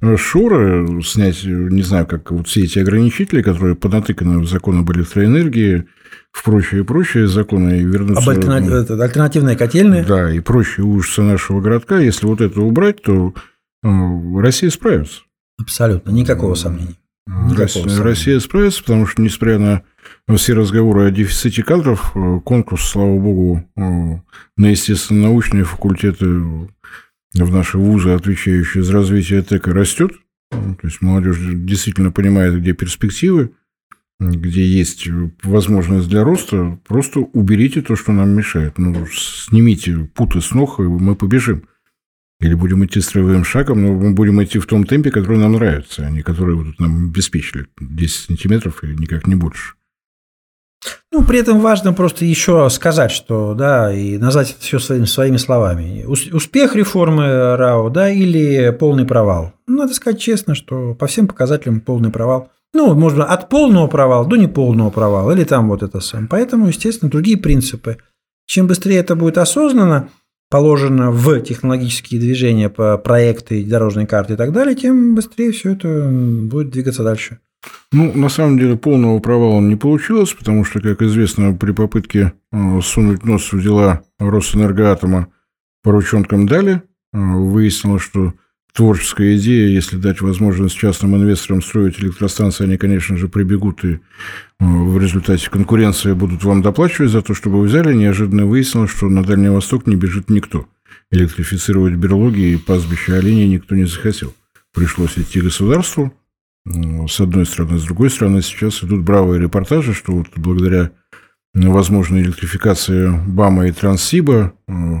шоры, снять, не знаю, как вот все эти ограничители, которые понатыканы в закон об электроэнергии, в прочие и прочие законы, и вернуться... Об альтернатив... альтернативные котельные. Да, и прочие ужасы нашего городка, если вот это убрать, то Россия справится. Абсолютно, никакого сомнения. Никакого Россия, сомнения. Россия справится, потому что, несмотря на все разговоры о дефиците кадров, конкурс, слава богу, на естественно-научные факультеты в наши вузы, отвечающие за развитие ТЭКа, растет. То есть молодежь действительно понимает, где перспективы, где есть возможность для роста. Просто уберите то, что нам мешает. Ну, снимите путы с ног, и мы побежим. Или будем идти строевым шагом, но мы будем идти в том темпе, который нам нравится, а не который вот нам обеспечили десять сантиметров и никак не больше. Ну, при этом важно просто еще сказать, что, да, и назвать это все своими, своими словами. Успех реформы РАО, да, или полный провал. Ну, надо сказать честно, что по всем показателям полный провал. Ну, можно от полного провала до неполного провала, или там вот это сам. Поэтому, естественно, другие принципы. Чем быстрее это будет осознанно положено в технологические движения по проекты, дорожной карты и так далее, тем быстрее все это будет двигаться дальше. Ну, на самом деле, полного провала не получилось, потому что, как известно, при попытке сунуть нос в дела Росэнергоатома по ручонкам дали, выяснилось, что творческая идея, если дать возможность частным инвесторам строить электростанции, они, конечно же, прибегут и в результате конкуренции будут вам доплачивать за то, чтобы вы взяли. Неожиданно выяснилось, что на Дальний Восток не бежит никто. Электрифицировать берлоги и пастбища оленей никто не захотел. Пришлось идти государству, с одной стороны. С другой стороны, сейчас идут бравые репортажи, что вот благодаря возможной электрификации БАМа и Транссиба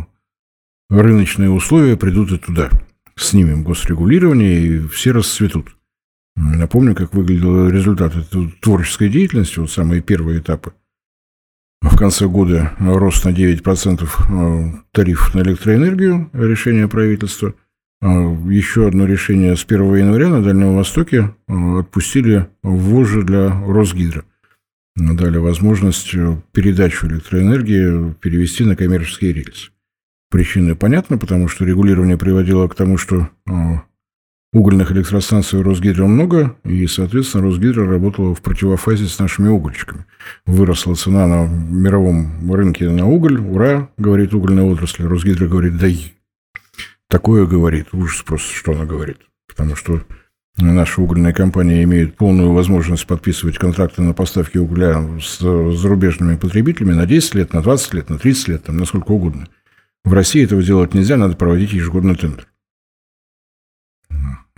рыночные условия придут и туда. Снимем госрегулирование, и все расцветут. Напомню, как выглядел результат этой творческой деятельности, вот самые первые этапы. В конце года рост на девять процентов тарифов на электроэнергию, решение правительства. Еще одно решение с первого января на Дальнем Востоке отпустили ввозы для Росгидро. Дали возможность передачу электроэнергии перевести на коммерческие рельсы. Причины понятны, потому что регулирование приводило к тому, что угольных электростанций у Росгидро много, и, соответственно, Росгидро работала в противофазе с нашими угольщиками. Выросла цена на мировом рынке на уголь. Ура, говорит угольная отрасль. Росгидро говорит, да и такое говорит. Ужас просто, что она говорит. Потому что наши угольные компании имеют полную возможность подписывать контракты на поставки угля с зарубежными потребителями на десять лет, на двадцать лет, на тридцать лет, там, на сколько угодно. В России этого делать нельзя, надо проводить ежегодный тендер.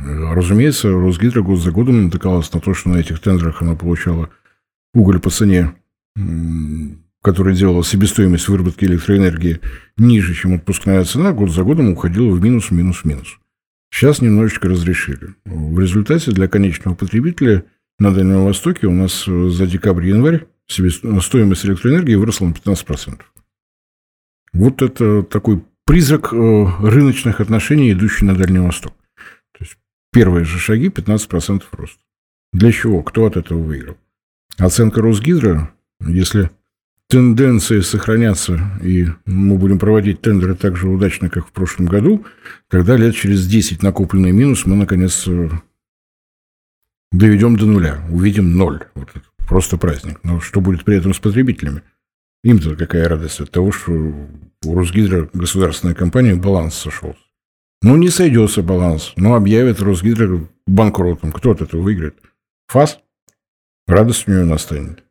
Разумеется, Росгидро год за годом натыкалась на то, что на этих тендерах она получала уголь по цене, которая делала себестоимость выработки электроэнергии ниже, чем отпускная цена, год за годом уходила в минус, минус, минус. Сейчас немножечко разрешили. В результате для конечного потребителя на Дальнем Востоке у нас за декабрь-январь стоимость электроэнергии выросла на пятнадцать процентов. Вот это такой призрак рыночных отношений, идущий на Дальний Восток. То есть первые же шаги пятнадцать процентов роста. Для чего? Кто от этого выиграл? Оценка Росгидро, если тенденции сохранятся, и мы будем проводить тендеры так же удачно, как в прошлом году, тогда лет через десять накопленный минус мы, наконец, доведем до нуля, увидим ноль. Вот это просто праздник. Но что будет при этом с потребителями? Им-то какая радость от того, что у Росгидро, государственная компания, баланс сошелся. Ну, не сойдется баланс, но объявят Росгидро банкротом. Кто от этого выиграет? ФАС? Радость у нее настанет.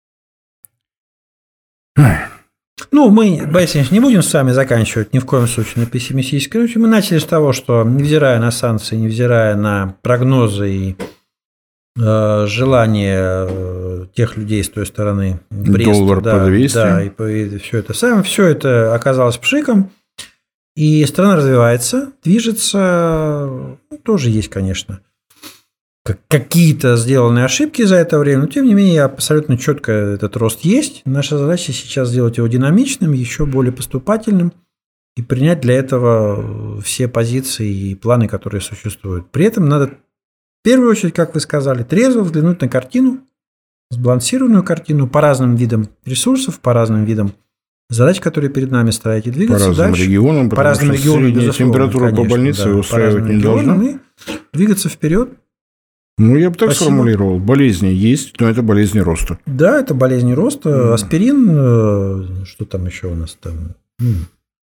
Ну, мы, Борис Ильич, не будем с вами заканчивать ни в коем случае на пессимистической ноте. Мы начали с того, что, невзирая на санкции, невзирая на прогнозы и э, желание тех людей с той стороны Бреста, доллар да, по двести. Да, и, и все это самое, все это оказалось пшиком, и страна развивается, движется, ну, тоже есть, конечно, какие-то сделанные ошибки за это время, но тем не менее абсолютно четко этот рост есть. Наша задача сейчас сделать его динамичным, еще более поступательным и принять для этого все позиции и планы, которые существуют. При этом надо в первую очередь, как вы сказали, трезво взглянуть на картину, сбалансированную картину по разным видам ресурсов, по разным видам задач, которые перед нами стоят, и двигаться по разным дальше. Регионам, по разным регионам, безусловно, температура конечно, по больнице да, устраивать по не должна. И двигаться вперед. Ну, я бы так Спасибо. сформулировал. Болезни есть, но это болезни роста. Да, это болезни роста. Mm. Аспирин, что там еще у нас там? Mm.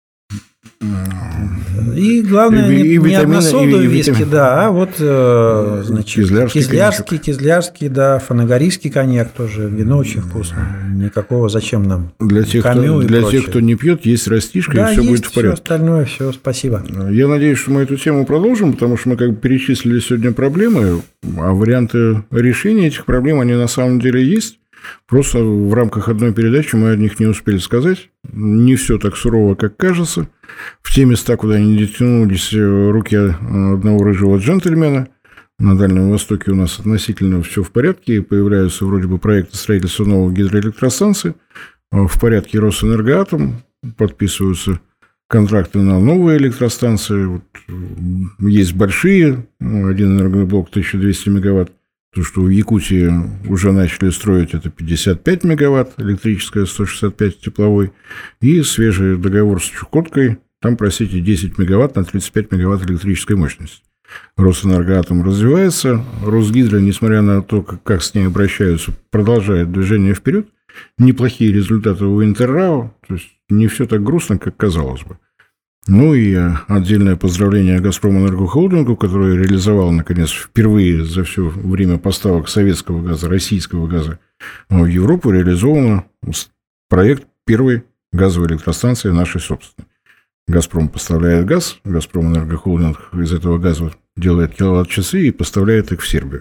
И главное, и, не, и не односолодовые виски, витамин... да, а вот значит, кизлярский, кизлярский, кизлярский, да, фанагорийский коньяк тоже, вино очень вкусное. Никакого зачем нам? Для тех, кто, для тех, кто не пьет, есть растишка, да, и все будет в порядке. Все остальное, все, спасибо. Я надеюсь, что мы эту тему продолжим, потому что мы как бы перечислили сегодня проблемы, а варианты решения этих проблем, они на самом деле есть. Просто в рамках одной передачи мы о них не успели сказать. Не все так сурово, как кажется. В те места, куда не дотянулись руки одного рыжего джентльмена, на Дальнем Востоке у нас относительно все в порядке. Появляются вроде бы проекты строительства новой гидроэлектростанции. В порядке Росэнергоатом подписываются контракты на новые электростанции. Вот есть большие. Один энергоблок тысяча двести мегаватт. То, что в Якутии уже начали строить, это пятьдесят пять мегаватт, электрическая сто шестьдесят пять тепловой, и свежий договор с Чукоткой, там, простите, десять мегаватт на тридцать пять мегаватт электрической мощности. Росэнергоатом развивается, Росгидро, несмотря на то, как, как с ней обращаются, продолжает движение вперед. Неплохие результаты у Интеррао, то есть не все так грустно, как казалось бы. Ну и отдельное поздравление Газпромэнергохолдингу, который реализовал, наконец, впервые за все время поставок советского газа, российского газа в Европу, реализован проект первой газовой электростанции нашей собственной. «Газпром» поставляет газ, «Газпромэнергохолдинг» из этого газа делает киловатт-часы и поставляет их в Сербию.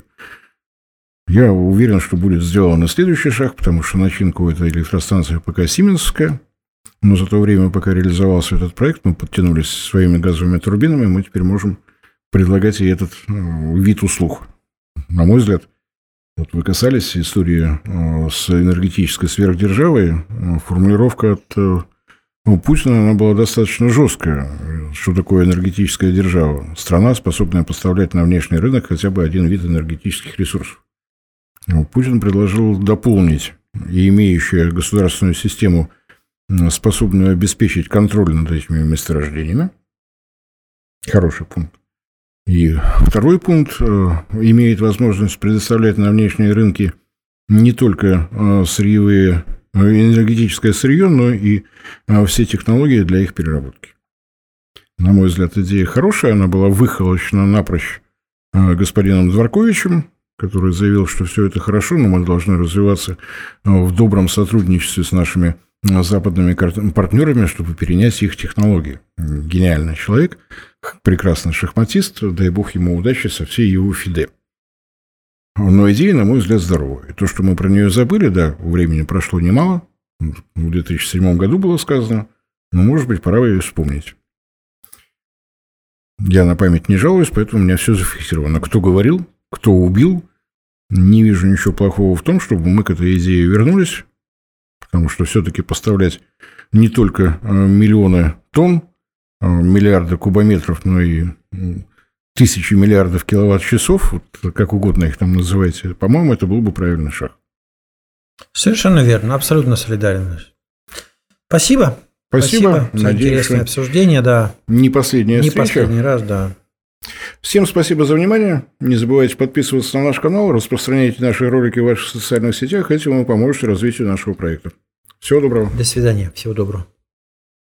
Я уверен, что будет сделан и следующий шаг, потому что начинка у этой электростанции пока сименсовская. Но за то время, пока реализовался этот проект, мы подтянулись своими газовыми турбинами, мы теперь можем предлагать и этот вид услуг. На мой взгляд, вот вы касались истории с энергетической сверхдержавой, формулировка от Путина, она была достаточно жесткая. Что такое энергетическая держава? Страна, способная поставлять на внешний рынок хотя бы один вид энергетических ресурсов. Путин предложил дополнить и имеющую государственную систему, способную обеспечить контроль над этими месторождениями. Хороший пункт. И второй пункт имеет возможность предоставлять на внешние рынки не только сырьевые, энергетическое сырье, но и все технологии для их переработки. На мой взгляд, идея хорошая. Она была выхолощена напрочь господином Дворковичем, который заявил, что все это хорошо, но мы должны развиваться в добром сотрудничестве с нашими западными партнерами, чтобы перенять их технологии. Гениальный человек, прекрасный шахматист, дай бог ему удачи со всей его ФИДЕ. Но идея, на мой взгляд, здоровая. И то, что мы про нее забыли, да, времени прошло немало, в две тысячи седьмом году было сказано, но, может быть, пора ее вспомнить. Я на память не жалуюсь, поэтому у меня все зафиксировано. Кто говорил, кто убил, не вижу ничего плохого в том, чтобы мы к этой идее вернулись, потому что все-таки поставлять не только миллионы тонн, миллиарды кубометров, но и тысячи миллиардов киловатт-часов, вот, как угодно их там называйте, по-моему, это был бы правильный шаг. Совершенно верно, абсолютно солидарен. Спасибо. Спасибо. Спасибо за Надеюсь, интересное обсуждение, да. Не последняя не встреча. Не последний раз, да. Всем спасибо за внимание. Не забывайте подписываться на наш канал, распространяйте наши ролики в ваших социальных сетях. Этим вы поможете развитию нашего проекта. Всего доброго. До свидания. Всего доброго.